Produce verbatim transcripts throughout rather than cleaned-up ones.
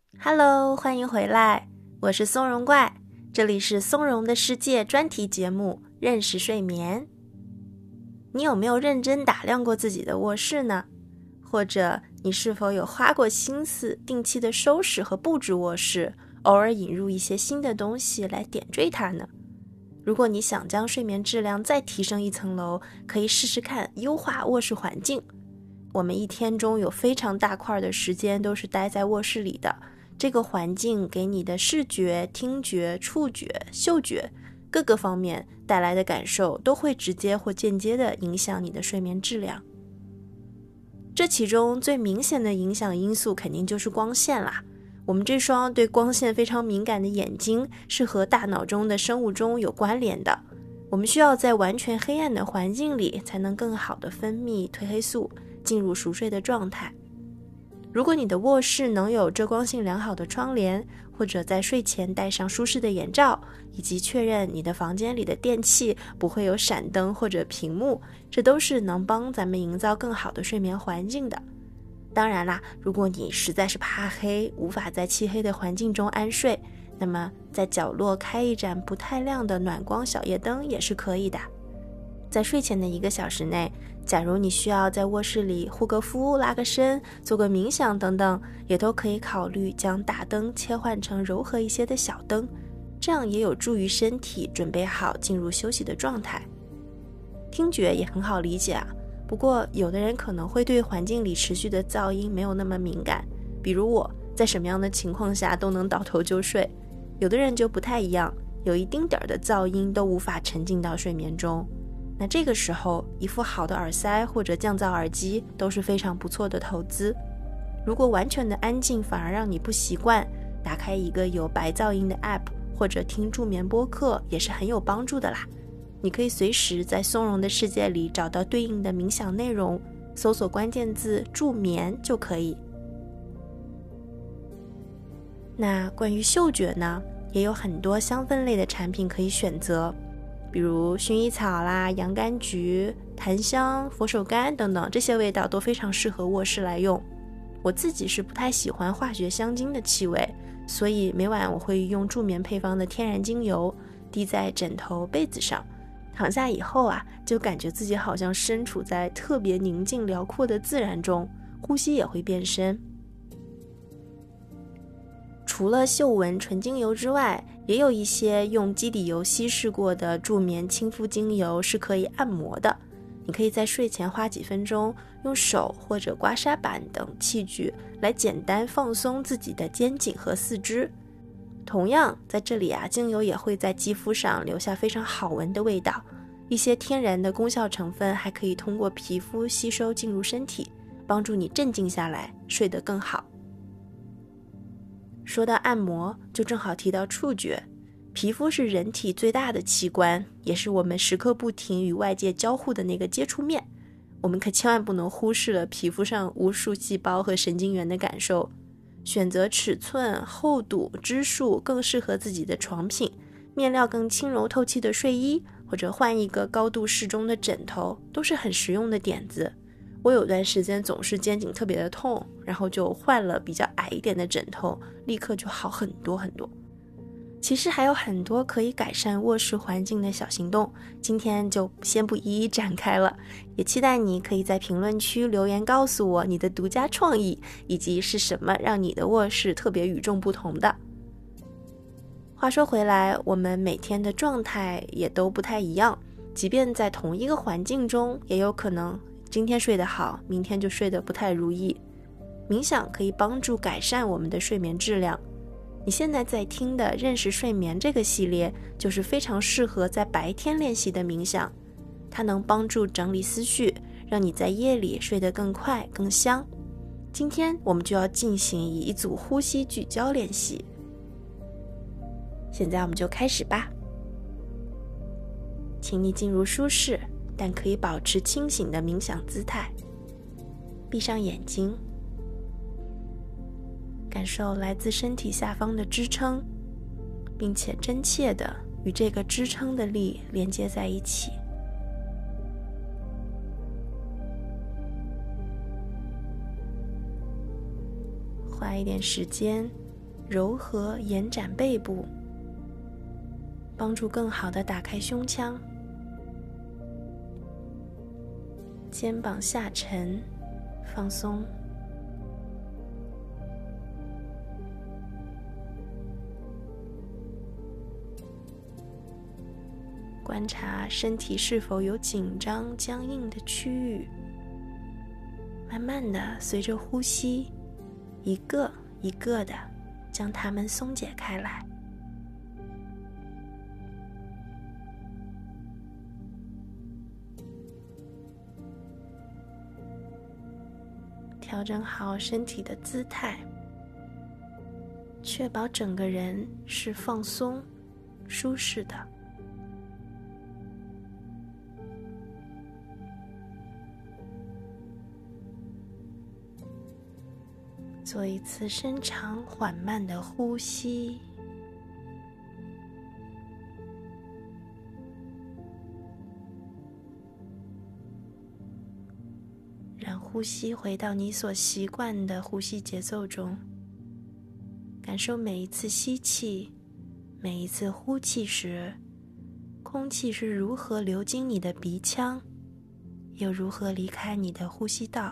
Hello， 欢迎回来，我是松茸怪，这里是松茸的世界专题节目认识睡眠。你有没有认真打量过自己的卧室呢？或者你是否有花过心思定期的收拾和布置卧室，偶尔引入一些新的东西来点缀它呢？如果你想将睡眠质量再提升一层楼，可以试试看优化卧室环境。我们一天中有非常大块的时间都是待在卧室里的，这个环境给你的视觉、听觉、触觉、嗅觉各个方面带来的感受都会直接或间接地影响你的睡眠质量。这其中最明显的影响因素肯定就是光线啦。我们这双对光线非常敏感的眼睛是和大脑中的生物钟有关联的，我们需要在完全黑暗的环境里才能更好地分泌褪黑素，进入熟睡的状态。如果你的卧室能有遮光性良好的窗帘，或者在睡前戴上舒适的眼罩，以及确认你的房间里的电器不会有闪灯或者屏幕，这都是能帮咱们营造更好的睡眠环境的。当然啦，如果你实在是怕黑，无法在漆黑的环境中安睡，那么在角落开一盏不太亮的暖光小夜灯也是可以的。在睡前的一个小时内，假如你需要在卧室里护个肤、拉个伸、做个冥想等等，也都可以考虑将大灯切换成柔和一些的小灯，这样也有助于身体准备好进入休息的状态。听觉也很好理解啊，不过有的人可能会对环境里持续的噪音没有那么敏感，比如我在什么样的情况下都能倒头就睡，有的人就不太一样，有一丁点儿的噪音都无法沉浸到睡眠中。那这个时候，一副好的耳塞或者降噪耳机都是非常不错的投资。如果完全的安静反而让你不习惯，打开一个有白噪音的 App 或者听助眠播客也是很有帮助的啦。你可以随时在松茸的世界里找到对应的冥想内容，搜索关键字助眠就可以。那关于嗅觉呢，也有很多香氛类的产品可以选择，比如薰衣草啦、洋甘菊、檀香、佛手柑等等，这些味道都非常适合卧室来用。我自己是不太喜欢化学香精的气味，所以每晚我会用助眠配方的天然精油滴在枕头、被子上，躺下以后啊，就感觉自己好像身处在特别宁静辽阔的自然中，呼吸也会变深。除了嗅闻纯精油之外，也有一些用基底油稀释过的助眠亲肤精油是可以按摩的。你可以在睡前花几分钟，用手或者刮痧板等器具来简单放松自己的肩颈和四肢。同样，在这里啊，精油也会在肌肤上留下非常好闻的味道。一些天然的功效成分还可以通过皮肤吸收进入身体，帮助你镇静下来，睡得更好。说到按摩，就正好提到触觉。皮肤是人体最大的器官，也是我们时刻不停与外界交互的那个接触面。我们可千万不能忽视了皮肤上无数细胞和神经元的感受。选择尺寸、厚度、支数更适合自己的床品，面料更轻柔透气的睡衣，或者换一个高度适中的枕头，都是很实用的点子。我有段时间总是肩颈特别的痛，然后就换了比较矮一点的枕头，立刻就好很多很多。其实还有很多可以改善卧室环境的小行动，今天就先不一一展开了，也期待你可以在评论区留言告诉我你的独家创意，以及是什么让你的卧室特别与众不同的。话说回来，我们每天的状态也都不太一样，即便在同一个环境中，也有可能今天睡得好，明天就睡得不太如意。冥想可以帮助改善我们的睡眠质量。你现在在听的认识睡眠这个系列，就是非常适合在白天练习的冥想，它能帮助整理思绪，让你在夜里睡得更快更香。今天我们就要进行一组呼吸聚焦练习。现在我们就开始吧。请你进入舒适但可以保持清醒的冥想姿态，闭上眼睛，感受来自身体下方的支撑，并且真切地与这个支撑的力连接在一起。花一点时间柔和延展背部，帮助更好地打开胸腔。肩膀下沉，放松。观察身体是否有紧张、僵硬的区域，慢慢地随着呼吸，一个一个地将它们松解开来。调整好身体的姿态，确保整个人是放松、舒适的。做一次深长缓慢的呼吸，让呼吸回到你所习惯的呼吸节奏中，感受每一次吸气，每一次呼气时，空气是如何流经你的鼻腔，又如何离开你的呼吸道。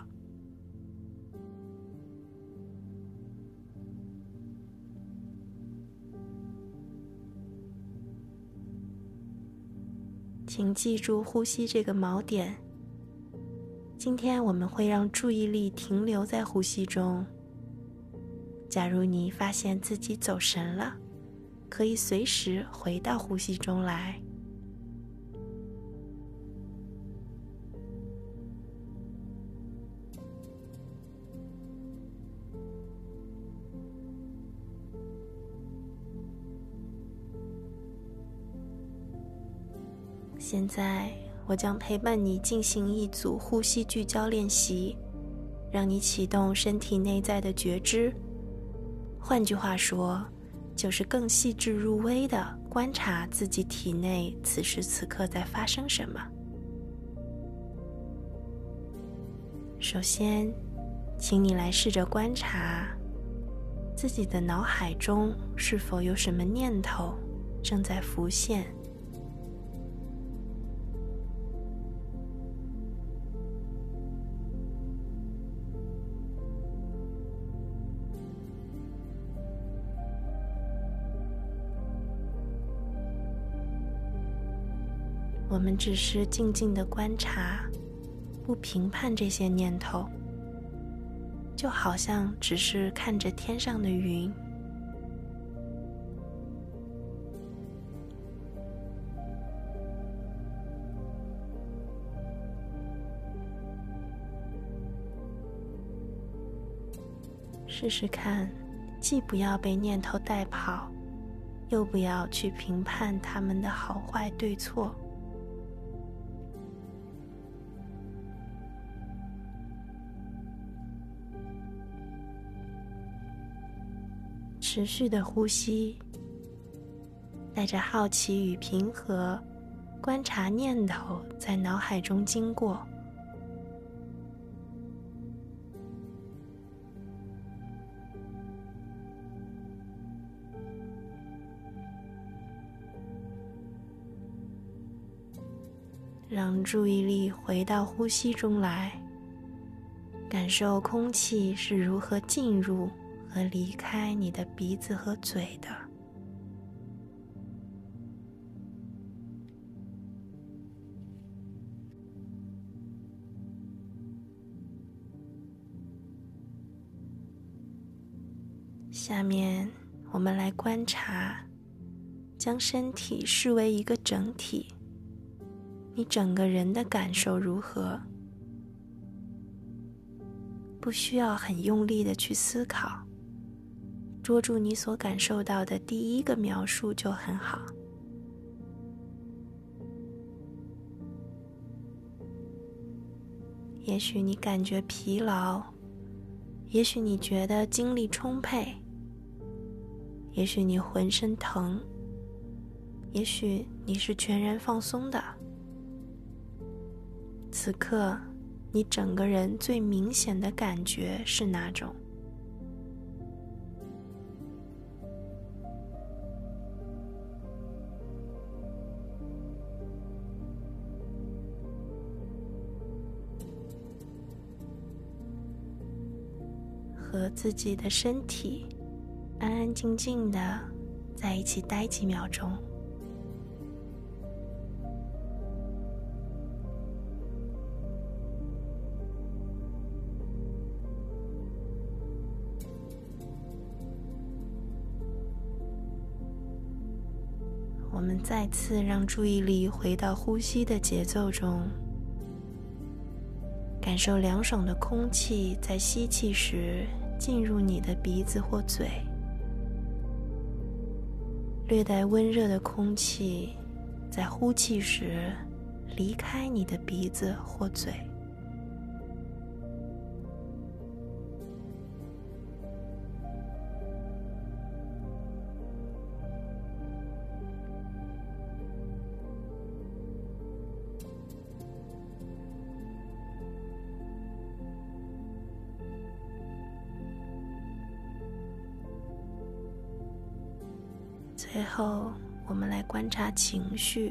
请记住呼吸这个锚点。今天我们会让注意力停留在呼吸中。假如你发现自己走神了，可以随时回到呼吸中来。现在我将陪伴你进行一组呼吸聚焦练习，让你启动身体内在的觉知。换句话说，就是更细致入微地观察自己体内此时此刻在发生什么。首先，请你来试着观察自己的脑海中是否有什么念头正在浮现。我们只是静静地观察，不评判这些念头，就好像只是看着天上的云。试试看，既不要被念头带跑，又不要去评判它们的好坏对错。持续的呼吸，带着好奇与平和，观察念头在脑海中经过。让注意力回到呼吸中来，感受空气是如何进入和离开你的鼻子和嘴的。下面我们来观察，将身体视为一个整体，你整个人的感受如何？不需要很用力的去思考，捉住你所感受到的第一个描述就很好。也许你感觉疲劳，也许你觉得精力充沛，也许你浑身疼，也许你是全然放松的。此刻，你整个人最明显的感觉是哪种？ 和自己的身体安安静静的在一起待几秒钟。我们再次让注意力回到呼吸的节奏中，感受凉爽的空气在吸气时进入你的鼻子或嘴，略带温热的空气在呼气时离开你的鼻子或嘴。最后，我们来观察情绪。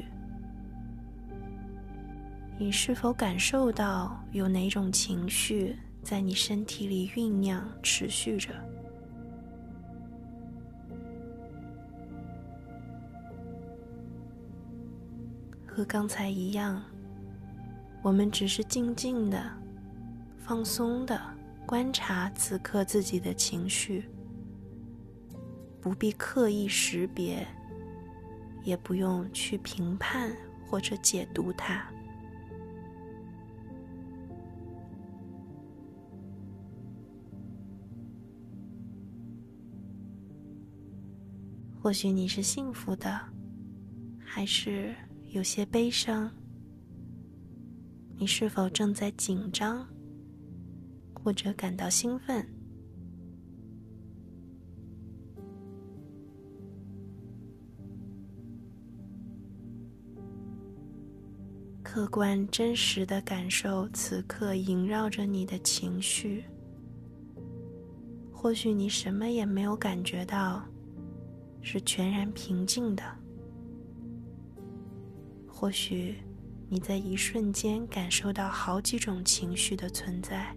你是否感受到有哪种情绪在你身体里酝酿持续着？和刚才一样，我们只是静静的、放松的观察此刻自己的情绪，不必刻意识别，也不用去评判或者解读它。或许你是幸福的，还是有些悲伤？你是否正在紧张，或者感到兴奋？客观真实地感受此刻萦绕着你的情绪。或许你什么也没有感觉到，是全然平静的。或许你在一瞬间感受到好几种情绪的存在。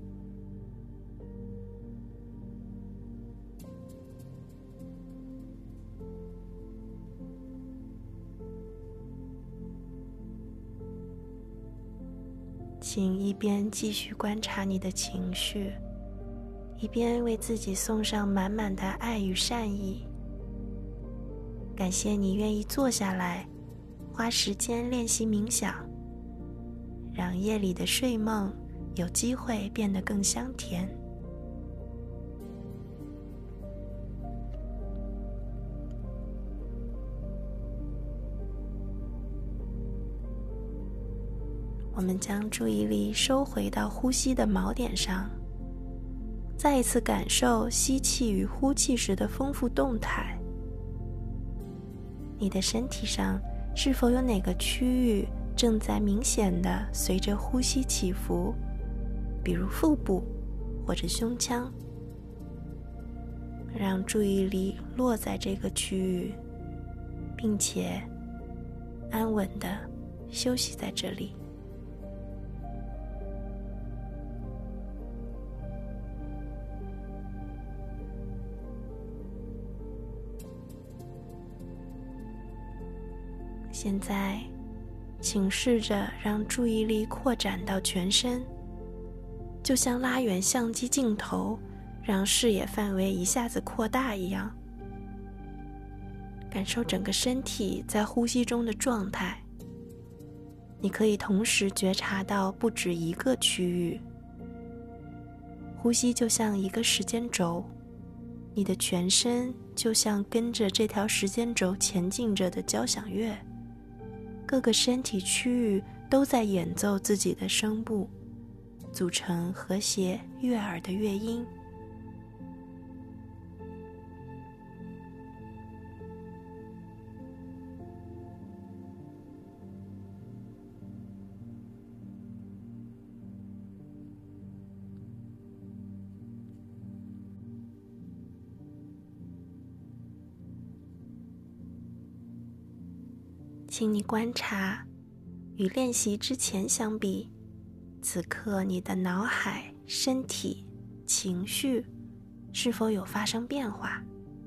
请一边继续观察你的情绪，一边为自己送上满满的爱与善意。感谢你愿意坐下来，花时间练习冥想，让夜里的睡梦有机会变得更香甜。我们将注意力收回到呼吸的锚点上，再一次感受吸气与呼气时的丰富动态。你的身体上是否有哪个区域正在明显的随着呼吸起伏，比如腹部或者胸腔？让注意力落在这个区域，并且安稳地休息在这里。现在，请试着让注意力扩展到全身，就像拉远相机镜头，让视野范围一下子扩大一样。感受整个身体在呼吸中的状态。你可以同时觉察到不止一个区域。呼吸就像一个时间轴，你的全身就像跟着这条时间轴前进着的交响乐。各个身体区域都在演奏自己的声部，组成和谐悦耳的乐音。请你观察，与练习之前相比，此刻你的脑海、身体、情绪是否有发生变化？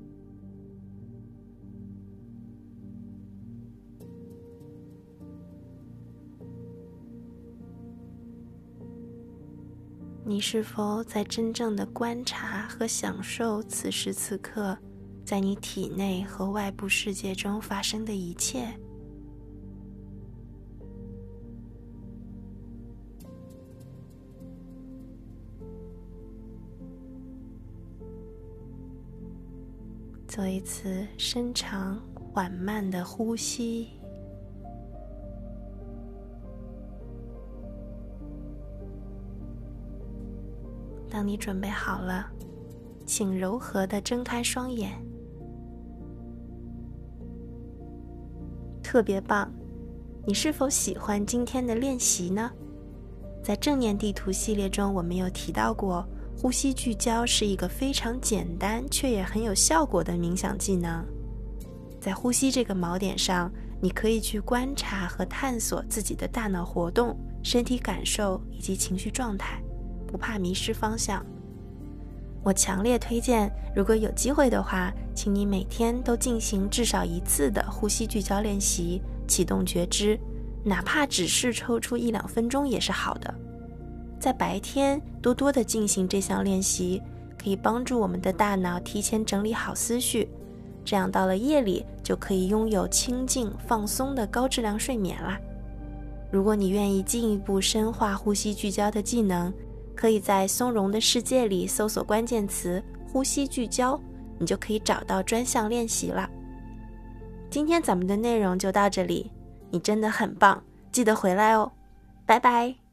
你是否在真正的观察和享受此时此刻在你体内和外部世界中发生的一切？做一次深长缓慢的呼吸。当你准备好了，请柔和地睁开双眼。特别棒！你是否喜欢今天的练习呢？在正念地图系列中，我们有提到过，呼吸聚焦是一个非常简单却也很有效果的冥想技能。在呼吸这个锚点上，你可以去观察和探索自己的大脑活动、身体感受以及情绪状态，不怕迷失方向。我强烈推荐，如果有机会的话，请你每天都进行至少一次的呼吸聚焦练习，启动觉知，哪怕只是抽出一两分钟也是好的。在白天多多的进行这项练习，可以帮助我们的大脑提前整理好思绪，这样到了夜里就可以拥有清静放松的高质量睡眠啦。如果你愿意进一步深化呼吸聚焦的技能，可以在松茸的世界里搜索关键词呼吸聚焦，你就可以找到专项练习了。今天咱们的内容就到这里，你真的很棒，记得回来哦，拜拜。